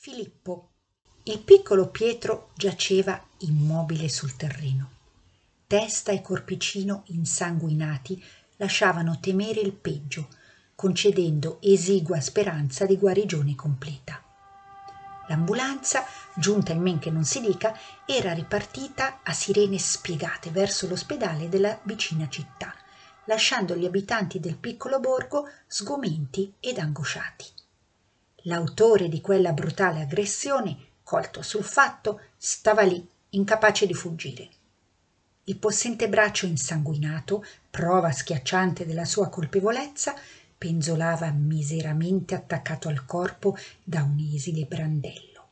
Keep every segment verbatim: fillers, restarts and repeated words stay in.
Filippo. Il piccolo Pietro giaceva immobile sul terreno. Testa e corpicino insanguinati lasciavano temere il peggio, concedendo esigua speranza di guarigione completa. L'ambulanza, giunta in men che non si dica, era ripartita a sirene spiegate verso l'ospedale della vicina città, lasciando gli abitanti del piccolo borgo sgomenti ed angosciati. L'autore di quella brutale aggressione, colto sul fatto, stava lì, incapace di fuggire. Il possente braccio insanguinato, prova schiacciante della sua colpevolezza, penzolava miseramente attaccato al corpo da un esile brandello.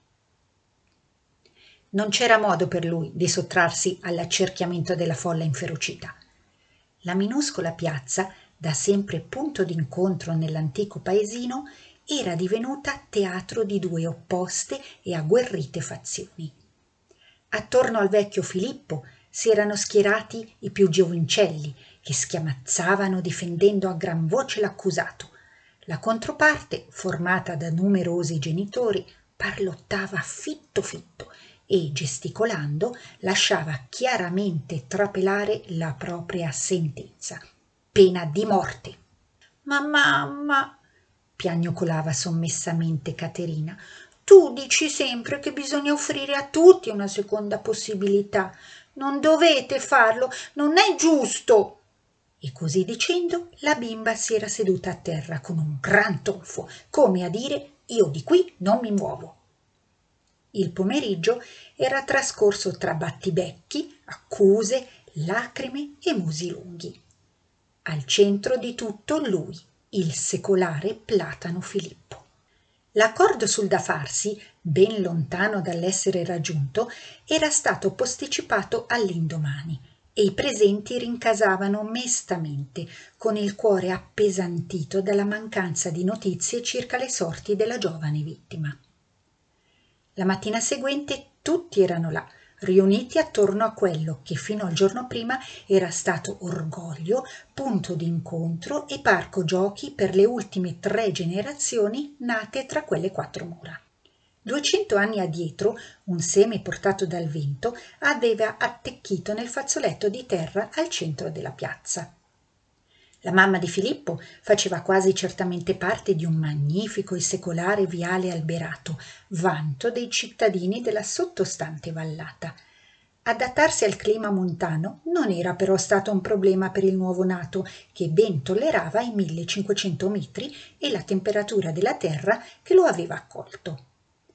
Non c'era modo per lui di sottrarsi all'accerchiamento della folla inferocita. La minuscola piazza, da sempre punto d'incontro nell'antico paesino, era divenuta teatro di due opposte e agguerrite fazioni. Attorno al vecchio Filippo si erano schierati i più giovincelli, che schiamazzavano difendendo a gran voce l'accusato. La controparte, formata da numerosi genitori, parlottava fitto fitto e, gesticolando, lasciava chiaramente trapelare la propria sentenza: pena di morte. Ma mamma, piagnucolava sommessamente Caterina, tu dici sempre che bisogna offrire a tutti una seconda possibilità. Non dovete farlo, non è giusto. E così dicendo la bimba si era seduta a terra con un gran tonfo, come a dire: io di qui non mi muovo. Il pomeriggio era trascorso tra battibecchi, accuse, lacrime e musi lunghi. Al centro di tutto lui, il secolare Platano Filippo. L'accordo sul da farsi, ben lontano dall'essere raggiunto, era stato posticipato all'indomani e i presenti rincasavano mestamente, con il cuore appesantito dalla mancanza di notizie circa le sorti della giovane vittima. La mattina seguente tutti erano là, riuniti attorno a quello che fino al giorno prima era stato orgoglio, punto d'incontro e parco giochi per le ultime tre generazioni nate tra quelle quattro mura. Duecento anni addietro, un seme portato dal vento aveva attecchito nel fazzoletto di terra al centro della piazza. La mamma di Filippo faceva quasi certamente parte di un magnifico e secolare viale alberato, vanto dei cittadini della sottostante vallata. Adattarsi al clima montano non era però stato un problema per il nuovo nato, che ben tollerava i millecinquecento metri e la temperatura della terra che lo aveva accolto.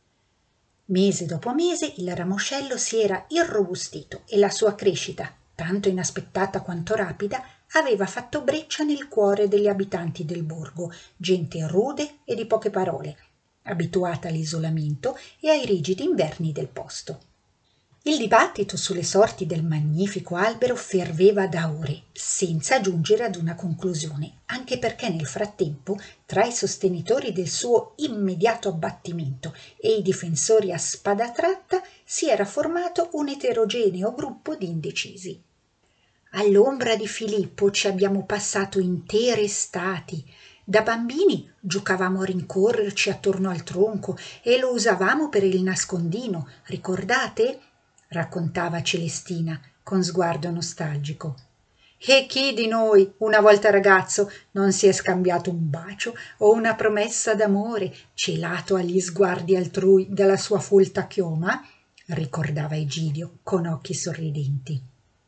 Mese dopo mese il ramoscello si era irrobustito e la sua crescita, tanto inaspettata quanto rapida, aveva fatto breccia nel cuore degli abitanti del borgo, gente rude e di poche parole, abituata all'isolamento e ai rigidi inverni del posto. Il dibattito sulle sorti del magnifico albero ferveva da ore, senza giungere ad una conclusione, anche perché nel frattempo, tra i sostenitori del suo immediato abbattimento e i difensori a spada tratta, si era formato un eterogeneo gruppo di indecisi. All'ombra di Filippo ci abbiamo passato intere estati. Da bambini giocavamo a rincorrerci attorno al tronco e lo usavamo per il nascondino, ricordate? Raccontava Celestina con sguardo nostalgico. E chi di noi, una volta ragazzo, non si è scambiato un bacio o una promessa d'amore celato agli sguardi altrui dalla sua folta chioma? Ricordava Egidio con occhi sorridenti.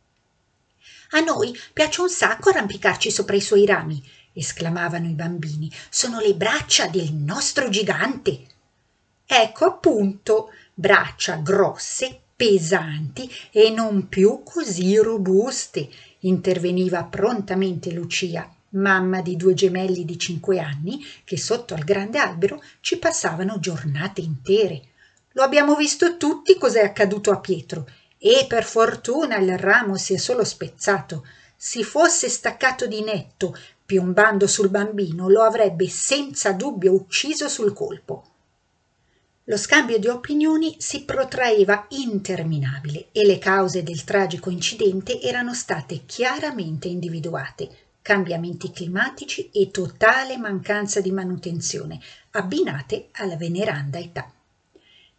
A noi piace un sacco arrampicarci sopra i suoi rami, esclamavano i bambini. Sono le braccia del nostro gigante. Ecco appunto, braccia grosse, pesanti e non più così robuste, interveniva prontamente Lucia, mamma di due gemelli di cinque anni che sotto al grande albero ci passavano giornate intere. Lo abbiamo visto tutti cos'è accaduto a Pietro. E per fortuna il ramo si è solo spezzato. Si fosse staccato di netto, piombando sul bambino, lo avrebbe senza dubbio ucciso sul colpo. Lo scambio di opinioni si protraeva interminabile e le cause del tragico incidente erano state chiaramente individuate: cambiamenti climatici e totale mancanza di manutenzione, abbinate alla veneranda età.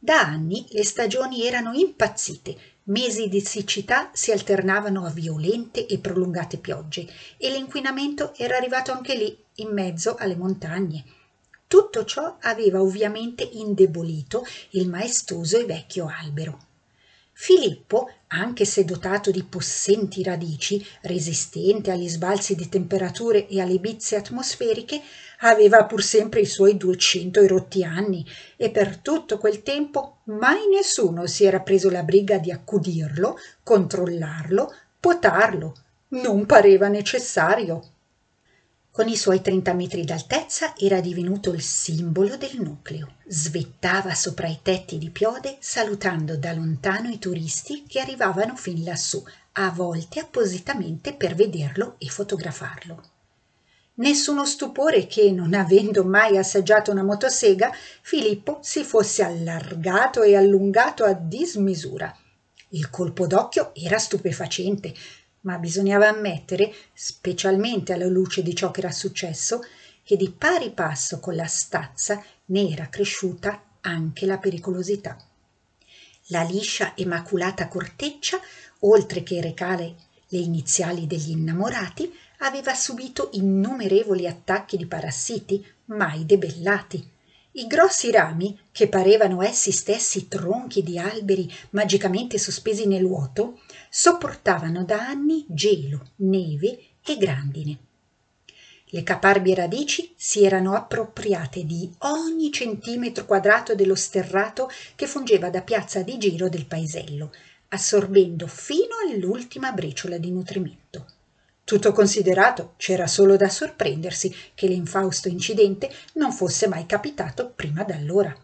Da anni le stagioni erano impazzite, mesi di siccità si alternavano a violente e prolungate piogge e l'inquinamento era arrivato anche lì, in mezzo alle montagne. Tutto ciò aveva ovviamente indebolito il maestoso e vecchio albero. Filippo, anche se dotato di possenti radici, resistente agli sbalzi di temperature e alle bizze atmosferiche, aveva pur sempre i suoi duecento erotti anni e per tutto quel tempo mai nessuno si era preso la briga di accudirlo, controllarlo, potarlo. Non pareva necessario. Con i suoi trenta metri d'altezza era divenuto il simbolo del nucleo. Svettava sopra i tetti di Piode, salutando da lontano i turisti che arrivavano fin lassù, a volte appositamente per vederlo e fotografarlo. Nessuno stupore che, non avendo mai assaggiato una motosega, Filippo si fosse allargato e allungato a dismisura. Il colpo d'occhio era stupefacente, ma bisognava ammettere, specialmente alla luce di ciò che era successo, che di pari passo con la stazza ne era cresciuta anche la pericolosità. La liscia e maculata corteccia, oltre che recare le iniziali degli innamorati, aveva subito innumerevoli attacchi di parassiti, mai debellati. I grossi rami, che parevano essi stessi tronchi di alberi magicamente sospesi nel vuoto, sopportavano da anni gelo, neve e grandine. Le caparbie radici si erano appropriate di ogni centimetro quadrato dello sterrato che fungeva da piazza di giro del paesello, assorbendo fino all'ultima briciola di nutrimento. Tutto considerato, c'era solo da sorprendersi che l'infausto incidente non fosse mai capitato prima d'allora.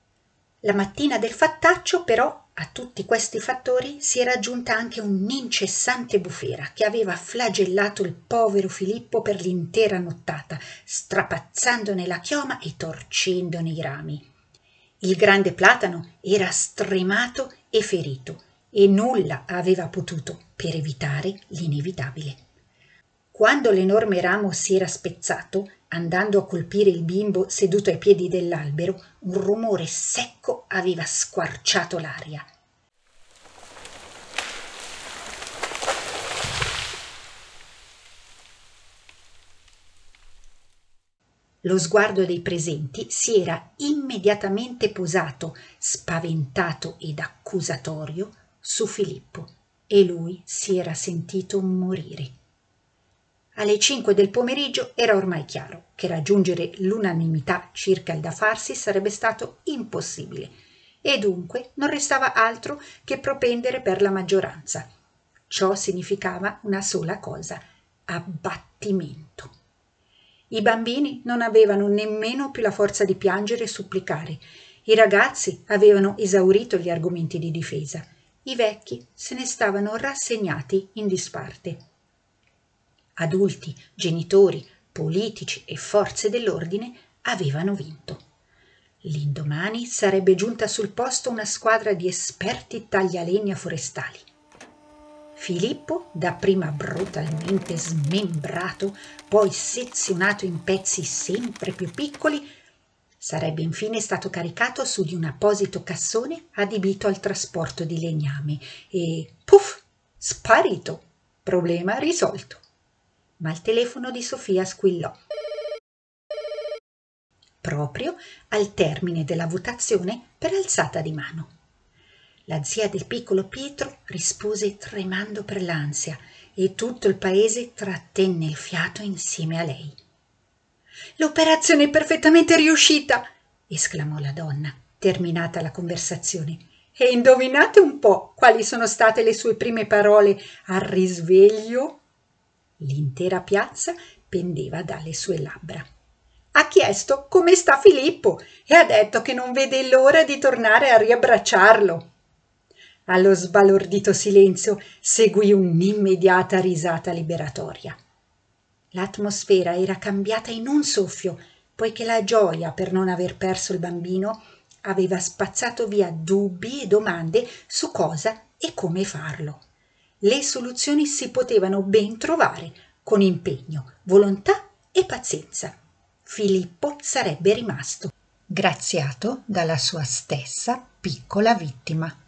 La mattina del fattaccio, però, a tutti questi fattori si era aggiunta anche un'incessante bufera che aveva flagellato il povero Filippo per l'intera nottata, strapazzandone la chioma e torcendone i rami. Il grande platano era stremato e ferito e nulla aveva potuto per evitare l'inevitabile. Quando l'enorme ramo si era spezzato, andando a colpire il bimbo seduto ai piedi dell'albero, un rumore secco aveva squarciato l'aria. Lo sguardo dei presenti si era immediatamente posato, spaventato ed accusatorio, su Filippo, e lui si era sentito morire. Alle cinque del pomeriggio era ormai chiaro che raggiungere l'unanimità circa il da farsi sarebbe stato impossibile e dunque non restava altro che propendere per la maggioranza. Ciò significava una sola cosa: abbattimento. I bambini non avevano nemmeno più la forza di piangere e supplicare. I ragazzi avevano esaurito gli argomenti di difesa. I vecchi se ne stavano rassegnati in disparte. Adulti, genitori, politici e forze dell'ordine avevano vinto. L'indomani sarebbe giunta sul posto una squadra di esperti taglialegna forestali. Filippo, dapprima brutalmente smembrato, poi sezionato in pezzi sempre più piccoli, sarebbe infine stato caricato su di un apposito cassone adibito al trasporto di legname e, puff, sparito. Problema risolto. Ma il telefono di Sofia squillò. Proprio al termine della votazione per alzata di mano. La zia del piccolo Pietro rispose tremando per l'ansia e tutto il paese trattenne il fiato insieme a lei. «L'operazione è perfettamente riuscita!» esclamò la donna, terminata la conversazione. «E indovinate un po' quali sono state le sue prime parole al risveglio?» L'intera piazza pendeva dalle sue labbra. Ha chiesto come sta Filippo e ha detto che non vede l'ora di tornare a riabbracciarlo. Allo sbalordito silenzio seguì un'immediata risata liberatoria. L'atmosfera era cambiata in un soffio, poiché la gioia per non aver perso il bambino aveva spazzato via dubbi e domande su cosa e come farlo. Le soluzioni si potevano ben trovare con impegno, volontà e pazienza. Filippo sarebbe rimasto, graziato dalla sua stessa piccola vittima.